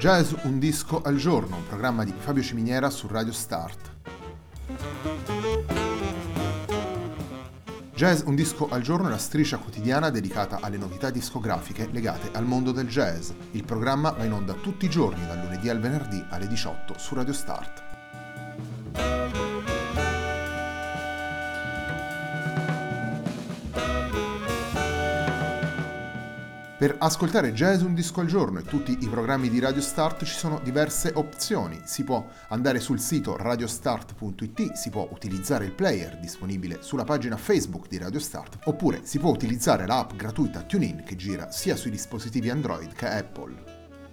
Jazz un disco al giorno, un programma di Fabio Ciminiera su Radio Start. Jazz un disco al giorno è la striscia quotidiana dedicata alle novità discografiche legate al mondo del jazz. Il programma va in onda tutti i giorni, dal lunedì al venerdì alle 18 su Radio Start. Per ascoltare Jazz un disco al giorno e tutti i programmi di Radio Start ci sono diverse opzioni. Si può andare sul sito radiostart.it, si può utilizzare il player disponibile sulla pagina Facebook di Radio Start, oppure si può utilizzare l'app gratuita TuneIn che gira sia sui dispositivi Android che Apple.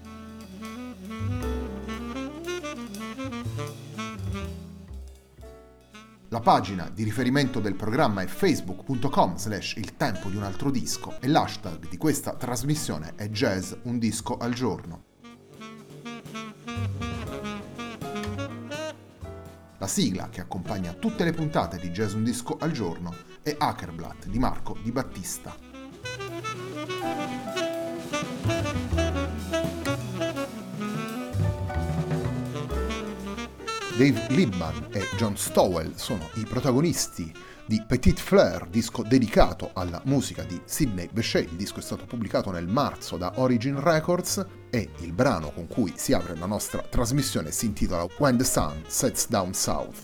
La pagina di riferimento del programma è facebook.com/il tempo di un altro disco e l'hashtag di questa trasmissione è Jazz un disco al giorno. La sigla che accompagna tutte le puntate di Jazz un disco al giorno è Akerblatt di Marco Di Battista. Dave Liebman e John Stowell sono i protagonisti di Petite Fleur, disco dedicato alla musica di Sidney Bechet. Il disco è stato pubblicato nel marzo da Origin Records e il brano con cui si apre la nostra trasmissione si intitola When the Sun Sets Down South.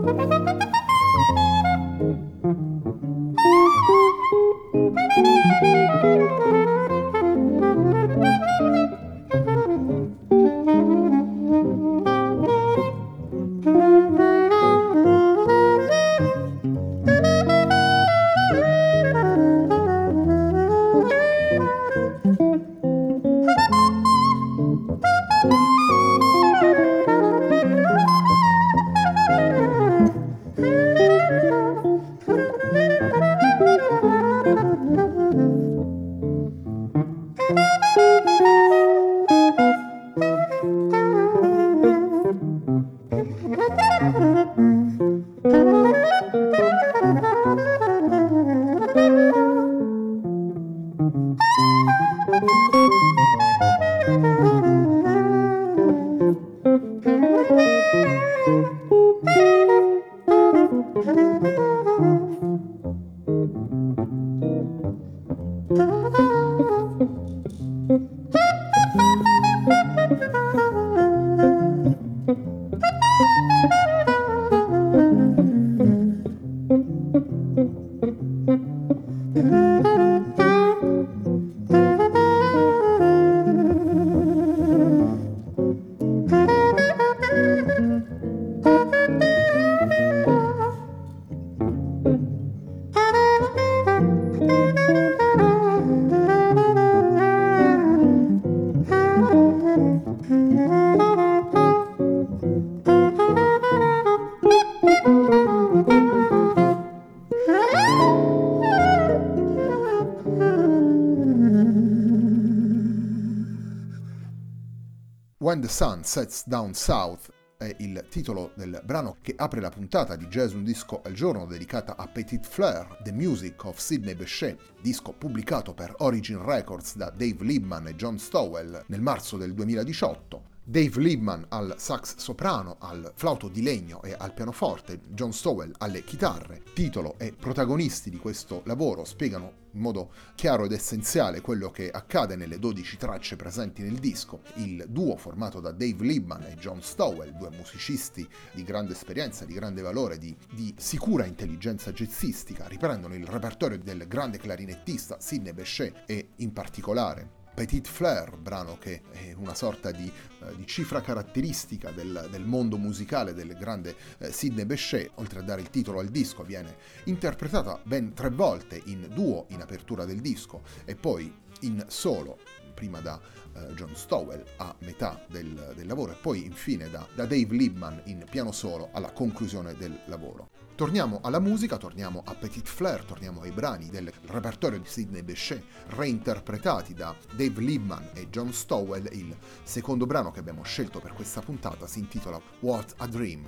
When the Sun Sets Down South è il titolo del brano che apre la puntata di Jazz Un Disco al Giorno dedicata a Petit Fleur, The Music of Sidney Bechet, disco pubblicato per Origin Records da Dave Liebman e John Stowell nel marzo del 2018. Dave Liebman al sax soprano, al flauto di legno e al pianoforte, John Stowell alle chitarre. Titolo e protagonisti di questo lavoro spiegano in modo chiaro ed essenziale quello che accade nelle 12 tracce presenti nel disco. Il duo formato da Dave Liebman e John Stowell, due musicisti di grande esperienza, di grande valore, di sicura intelligenza jazzistica, riprendono il repertorio del grande clarinettista Sidney Bechet e in particolare Petit Fleur, brano che è una sorta di cifra caratteristica del mondo musicale del grande Sidney Bechet. Oltre a dare il titolo al disco, viene interpretata ben 3 volte in duo in apertura del disco e poi in solo, prima da John Stowell a metà del lavoro e poi infine da Dave Liebman in piano solo alla conclusione del lavoro. Torniamo alla musica, torniamo a Petit Fleur, torniamo ai brani del repertorio di Sidney Bechet reinterpretati da Dave Liebman e John Stowell. Il secondo brano che abbiamo scelto per questa puntata si intitola What a Dream.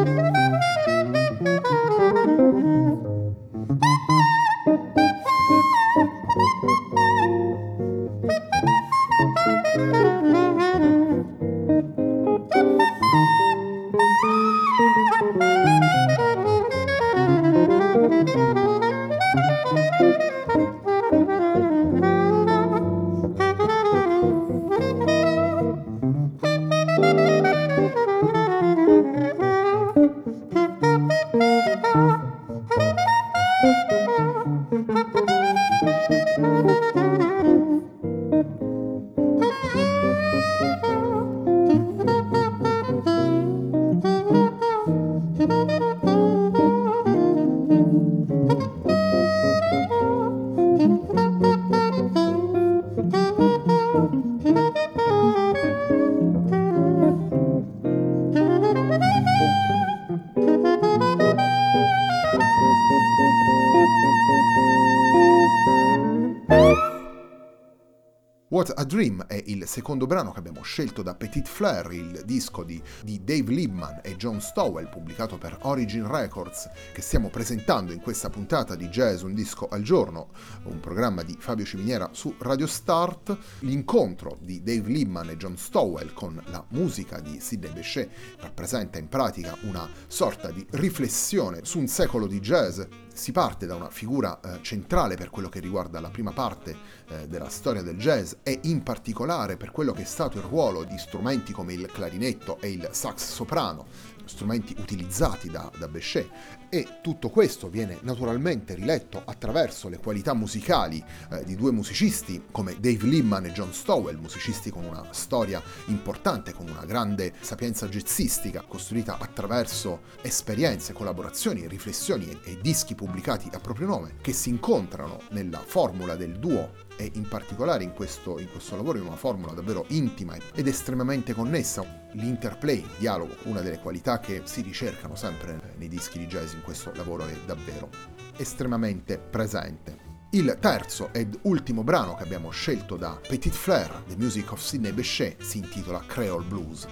What a Dream è il secondo brano che abbiamo scelto da Petit Fleur, il disco di Dave Liebman e John Stowell, pubblicato per Origin Records, che stiamo presentando in questa puntata di Jazz Un Disco al Giorno, un programma di Fabio Ciminiera su Radio Start. L'incontro di Dave Liebman e John Stowell con la musica di Sidney Bechet rappresenta in pratica una sorta di riflessione su un secolo di jazz. Si parte da una figura centrale per quello che riguarda la prima parte della storia del jazz e in particolare per quello che è stato il ruolo di strumenti come il clarinetto e il sax soprano, strumenti utilizzati da Bechet, e tutto questo viene naturalmente riletto attraverso le qualità musicali di due musicisti come Dave Liebman e John Stowell, musicisti con una storia importante, con una grande sapienza jazzistica costruita attraverso esperienze, collaborazioni, riflessioni e dischi pubblicati a proprio nome, che si incontrano nella formula del duo e in particolare in questo lavoro in una formula davvero intima ed estremamente connessa. L'interplay, il dialogo, una delle qualità che si ricercano sempre nei dischi di jazz, in questo lavoro è davvero estremamente presente. Il terzo ed ultimo brano che abbiamo scelto da Petit Fleur, The Music of Sidney Bechet, si intitola Creole Blues.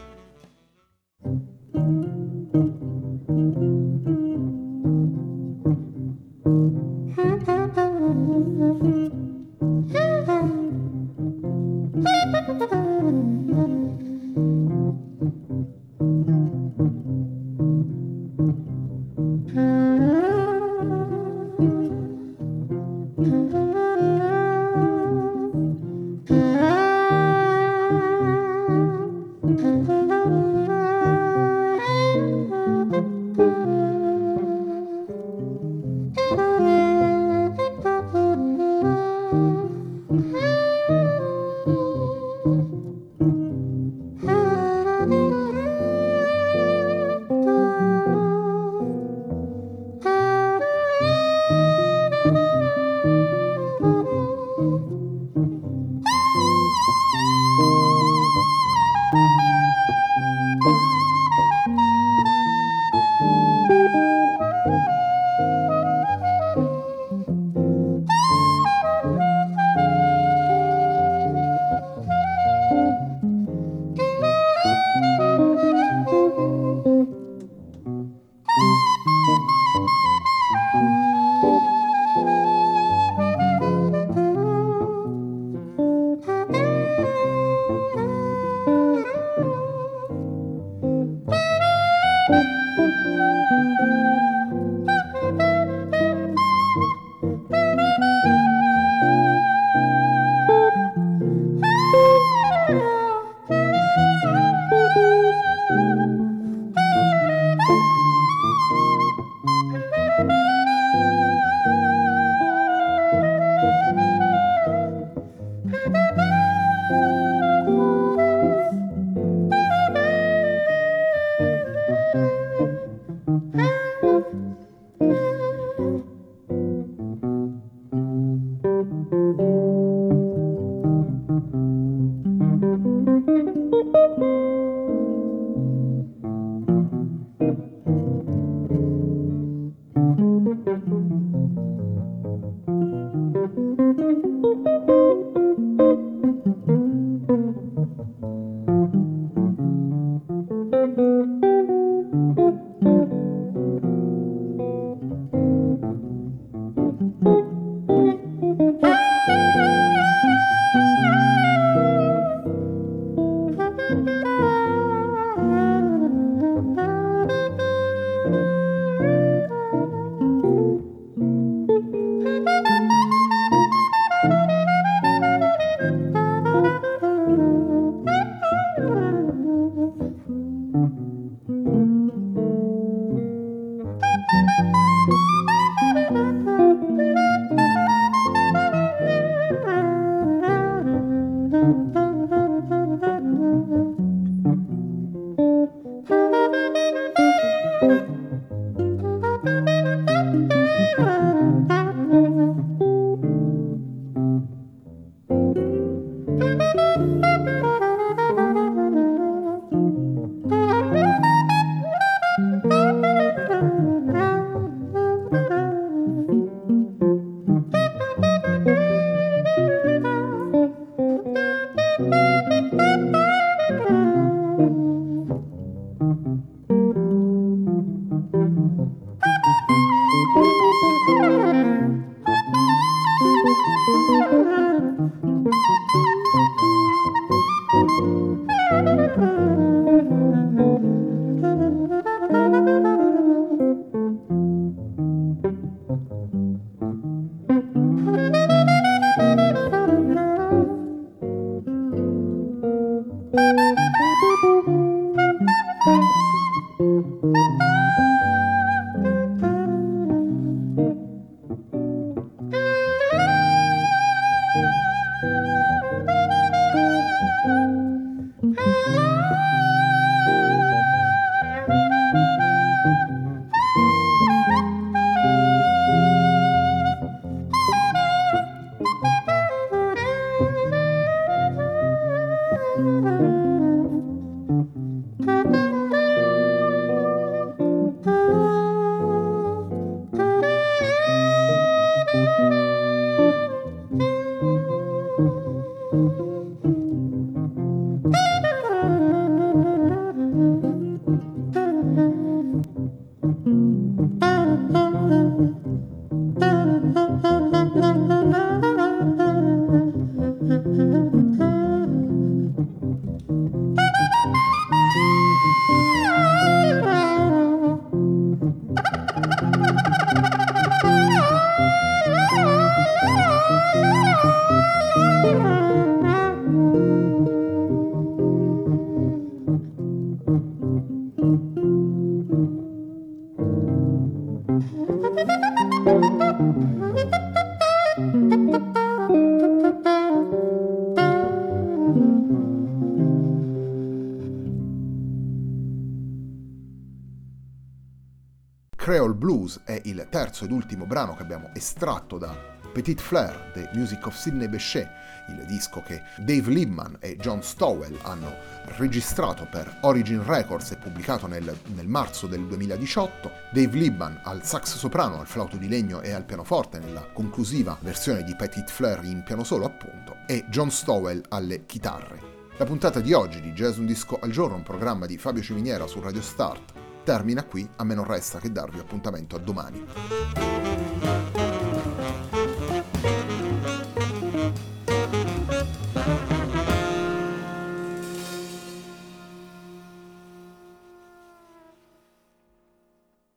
Creole Blues è il terzo ed ultimo brano che abbiamo estratto da Petite Fleur, The Music of Sidney Bechet, il disco che Dave Liebman e John Stowell hanno registrato per Origin Records e pubblicato nel marzo del 2018. Dave Liebman al sax soprano, al flauto di legno e al pianoforte nella conclusiva versione di Petite Fleur in piano solo appunto, e John Stowell alle chitarre. La puntata di oggi di Jazz Un Disco al Giorno, un programma di Fabio Civiniera su Radio Start, termina qui. A me non resta che darvi appuntamento a domani.